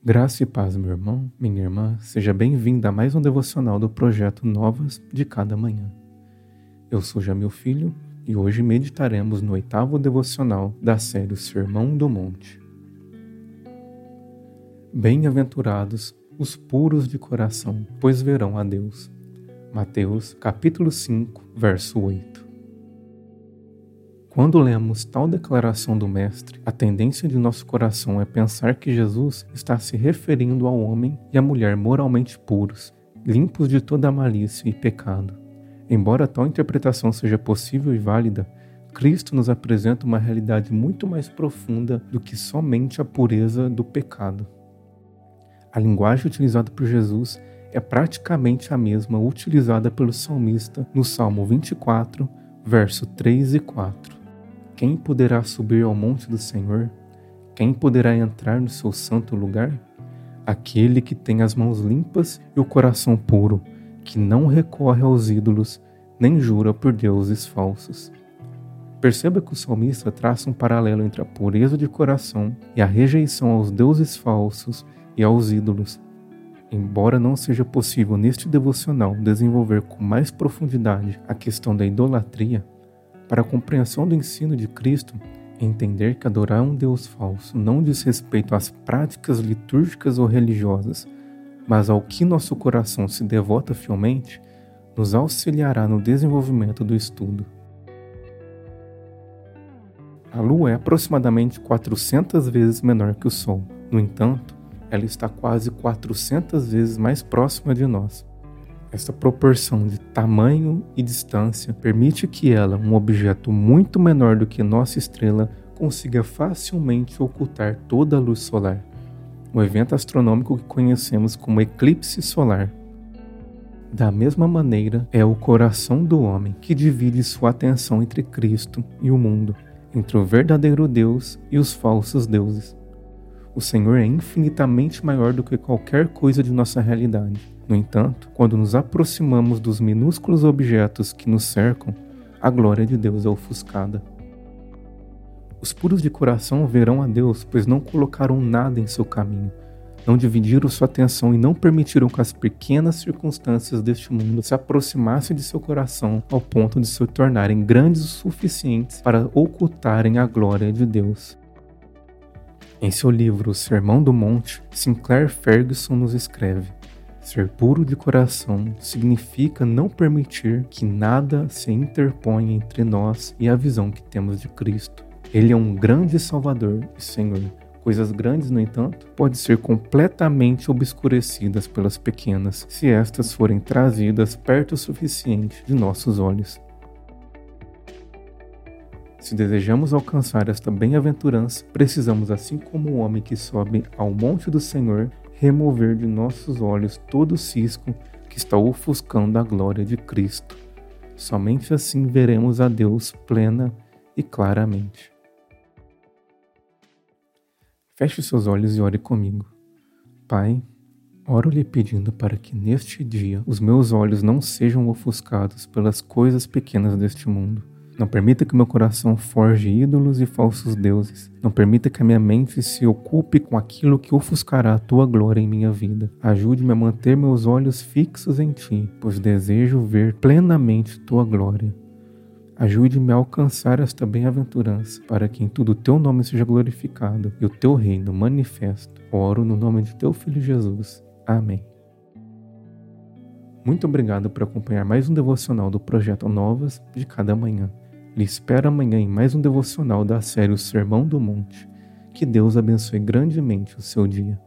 Graça e paz, meu irmão, minha irmã, seja bem-vinda a mais um devocional do projeto Novas de Cada Manhã. Eu sou Jamil Filho e hoje meditaremos no 8º devocional da série Sermão do Monte. Bem-aventurados os puros de coração, pois verão a Deus. Mateus, capítulo 5, verso 8. Quando lemos tal declaração do Mestre, a tendência de nosso coração é pensar que Jesus está se referindo ao homem e à mulher moralmente puros, limpos de toda malícia e pecado. Embora tal interpretação seja possível e válida, Cristo nos apresenta uma realidade muito mais profunda do que somente a pureza do pecado. A linguagem utilizada por Jesus é praticamente a mesma utilizada pelo salmista no Salmo 24, verso 3 e 4. Quem poderá subir ao monte do Senhor? Quem poderá entrar no seu santo lugar? Aquele que tem as mãos limpas e o coração puro, que não recorre aos ídolos, nem jura por deuses falsos. Perceba que o salmista traça um paralelo entre a pureza de coração e a rejeição aos deuses falsos e aos ídolos. Embora não seja possível neste devocional desenvolver com mais profundidade a questão da idolatria, para a compreensão do ensino de Cristo, entender que adorar um Deus falso não diz respeito às práticas litúrgicas ou religiosas, mas ao que nosso coração se devota fielmente, nos auxiliará no desenvolvimento do estudo. A Lua é aproximadamente 400 vezes menor que o Sol. No entanto, ela está quase 400 vezes mais próxima de nós. Essa proporção de tamanho e distância permite que ela, um objeto muito menor do que nossa estrela, consiga facilmente ocultar toda a luz solar, um evento astronômico que conhecemos como eclipse solar. Da mesma maneira, é o coração do homem que divide sua atenção entre Cristo e o mundo, entre o verdadeiro Deus e os falsos deuses. O Senhor é infinitamente maior do que qualquer coisa de nossa realidade. No entanto, quando nos aproximamos dos minúsculos objetos que nos cercam, a glória de Deus é ofuscada. Os puros de coração verão a Deus, pois não colocaram nada em seu caminho, não dividiram sua atenção e não permitiram que as pequenas circunstâncias deste mundo se aproximassem de seu coração ao ponto de se tornarem grandes o suficientes para ocultarem a glória de Deus. Em seu livro O Sermão do Monte, Sinclair Ferguson nos escreve: ser puro de coração significa não permitir que nada se interponha entre nós e a visão que temos de Cristo. Ele é um grande Salvador e Senhor. Coisas grandes, no entanto, podem ser completamente obscurecidas pelas pequenas, se estas forem trazidas perto o suficiente de nossos olhos. Se desejamos alcançar esta bem-aventurança, precisamos, assim como o homem que sobe ao monte do Senhor, remover de nossos olhos todo o cisco que está ofuscando a glória de Cristo. Somente assim veremos a Deus plena e claramente. Feche seus olhos e ore comigo. Pai, oro lhe pedindo para que neste dia os meus olhos não sejam ofuscados pelas coisas pequenas deste mundo. Não permita que meu coração forje ídolos e falsos deuses. Não permita que a minha mente se ocupe com aquilo que ofuscará a tua glória em minha vida. Ajude-me a manter meus olhos fixos em ti, pois desejo ver plenamente tua glória. Ajude-me a alcançar esta bem-aventurança, para que em tudo o teu nome seja glorificado e o teu reino manifesto. Oro no nome de teu Filho Jesus. Amém. Muito obrigado por acompanhar mais um devocional do projeto Novas de Cada Manhã. Lhe espero amanhã em mais um devocional da série O Sermão do Monte. Que Deus abençoe grandemente o seu dia.